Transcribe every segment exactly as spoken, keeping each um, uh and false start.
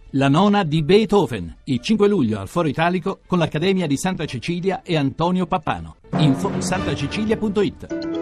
La nona di Beethoven, il cinque luglio al Foro Italico con l'Accademia di Santa Cecilia e Antonio Pappano. Info santacecilia punto it.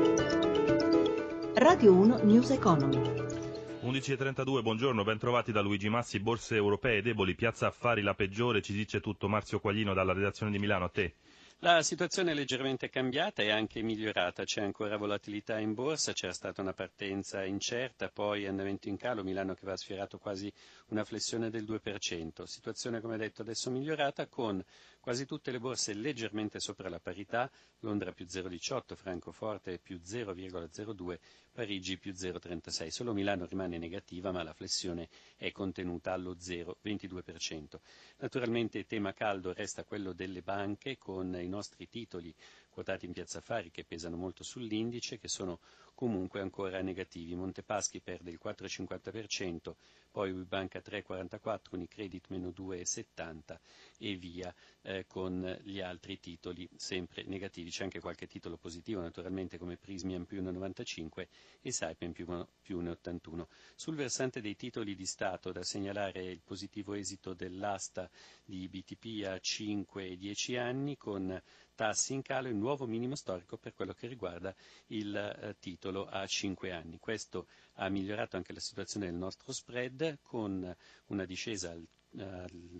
Radio uno News Economy. undici e trentadue, buongiorno, ben trovati da Luigi Massi. Borse europee deboli, piazza affari la peggiore, ci dice tutto Marzio Quaglino dalla redazione di Milano. A te. La situazione è leggermente cambiata e anche migliorata, c'è ancora volatilità in borsa, c'era stata una partenza incerta, poi andamento in calo, Milano che aveva sfiorato quasi una flessione del due per cento. Situazione, come detto, adesso migliorata con quasi tutte le borse leggermente sopra la parità, Londra più zero virgola diciotto, Francoforte più zero virgola zero due, Parigi più zero virgola trentasei. Solo Milano rimane negativa, ma la flessione è contenuta allo zero virgola ventidue per cento. Naturalmente il tema caldo resta quello delle banche, con i nostri titoli quotati in Piazza Affari che pesano molto sull'indice, che sono comunque ancora negativi. Montepaschi perde il quattro virgola cinquanta per cento, poi Ubibanca tre virgola quarantaquattro, Unicredit meno due virgola settanta e via eh, con gli altri titoli sempre negativi. C'è anche qualche titolo positivo naturalmente come Prismian più uno virgola novantacinque e Saipem più uno virgola ottantuno. Sul versante dei titoli di Stato da segnalare il positivo esito dell'asta di B T P a cinque e dieci anni con tassi in calo e un nuovo minimo storico per quello che riguarda il eh, titolo a cinque anni. Questo ha migliorato anche la situazione del nostro spread con una discesa al, al,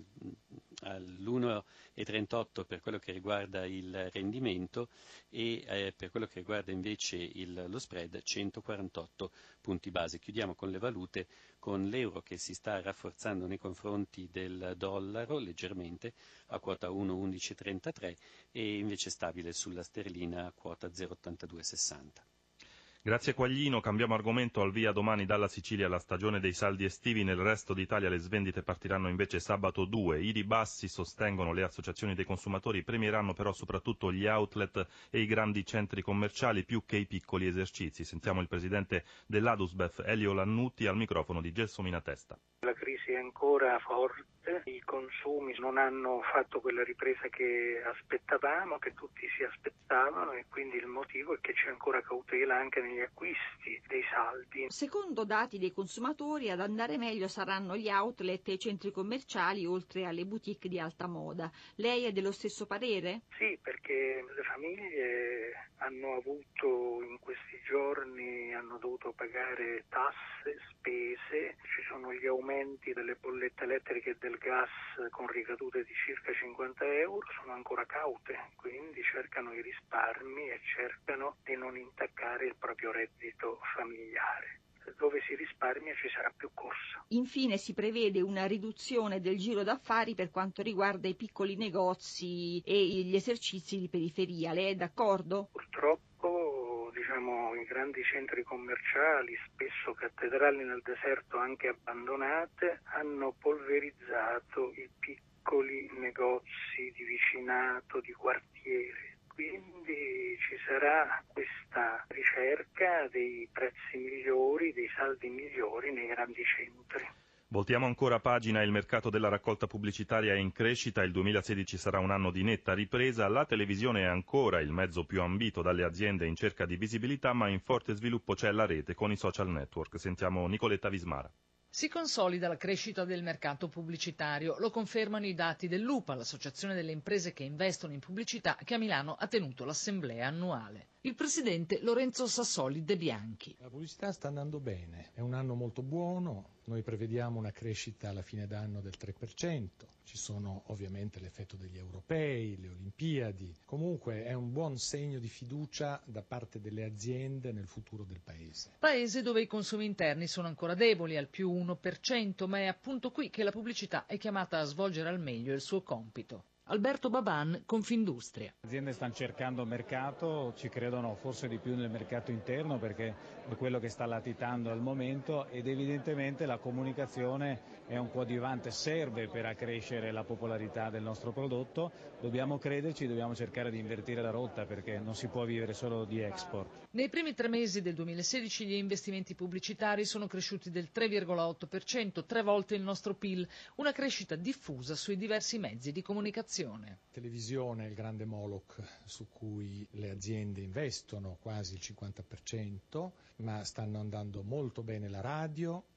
all'uno virgola trentotto per quello che riguarda il rendimento e eh, per quello che riguarda invece il, lo spread centoquarantotto punti base. Chiudiamo con le valute, con l'euro che si sta rafforzando nei confronti del dollaro leggermente a quota uno virgola undici trentatré e invece stabile sulla sterlina a quota zero virgola ottantadue sessanta. Grazie Quaglino, cambiamo argomento, al via domani dalla Sicilia la stagione dei saldi estivi, nel resto d'Italia le svendite partiranno invece sabato due. I ribassi, sostengono le associazioni dei consumatori, premieranno però soprattutto gli outlet e i grandi centri commerciali più che i piccoli esercizi. Sentiamo il presidente dell'Adusbef, Elio Lannutti, al microfono di Gelsomina Testa. La crisi è ancora forte, i consumi non hanno fatto quella ripresa che aspettavamo, che tutti si aspettavano, e quindi il motivo è che c'è ancora cautela anche negli acquisti dei saldi. Secondo dati dei consumatori, ad andare meglio saranno gli outlet e i centri commerciali, oltre alle boutique di alta moda. Lei è dello stesso parere? Sì, perché le famiglie hanno avuto in questi giorni, hanno dovuto pagare tasse, spese, ci sono gli aumenti delle bollette elettriche e del gas con ricadute di circa cinquanta euro, sono ancora caute, quindi cercano i risparmi e cercano di non intaccare il proprio reddito familiare. Dove si risparmia ci sarà più corsa. Infine si prevede una riduzione del giro d'affari per quanto riguarda i piccoli negozi e gli esercizi di periferia. Lei è d'accordo? Purtroppo, diciamo, i grandi centri commerciali, spesso cattedrali nel deserto anche abbandonate, hanno polverizzato i piccoli negozi di vicinato, di quartiere. Quindi ci sarà questa ricerca dei prezzi migliori, dei saldi migliori nei grandi centri. Voltiamo ancora pagina, il mercato della raccolta pubblicitaria è in crescita, il duemilasedici sarà un anno di netta ripresa, la televisione è ancora il mezzo più ambito dalle aziende in cerca di visibilità, ma in forte sviluppo c'è la rete con i social network. Sentiamo Nicoletta Vismara. Si consolida la crescita del mercato pubblicitario, lo confermano i dati dell'U P A, l'associazione delle imprese che investono in pubblicità, che a Milano ha tenuto l'assemblea annuale. Il presidente Lorenzo Sassoli De Bianchi. La pubblicità sta andando bene, è un anno molto buono, noi prevediamo una crescita alla fine d'anno del tre per cento, ci sono ovviamente l'effetto degli europei, le Olimpiadi, comunque è un buon segno di fiducia da parte delle aziende nel futuro del Paese. Paese dove i consumi interni sono ancora deboli, al più uno per cento, ma è appunto qui che la pubblicità è chiamata a svolgere al meglio il suo compito. Alberto Baban, Confindustria. Le aziende stanno cercando mercato, ci credono forse di più nel mercato interno perché è quello che sta latitando al momento ed evidentemente la comunicazione è un coadiuvante, serve per accrescere la popolarità del nostro prodotto, dobbiamo crederci, dobbiamo cercare di invertire la rotta perché non si può vivere solo di export. Nei primi tre mesi del duemilasedici gli investimenti pubblicitari sono cresciuti del tre virgola otto per cento, tre volte il nostro P I L, una crescita diffusa sui diversi mezzi di comunicazione. Televisione è il grande Moloch su cui le aziende investono, quasi il cinquanta per cento, ma stanno andando molto bene la radio,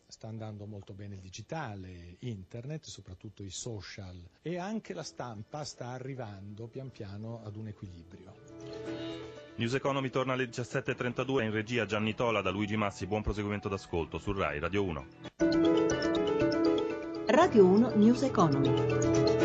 sta andando molto bene il digitale, internet, soprattutto i social, e anche la stampa sta arrivando pian piano ad un equilibrio. News Economy torna alle diciassette e trentadue, in regia Gianni Tola, da Luigi Massi. Buon proseguimento d'ascolto su Rai Radio uno. Radio uno News Economy.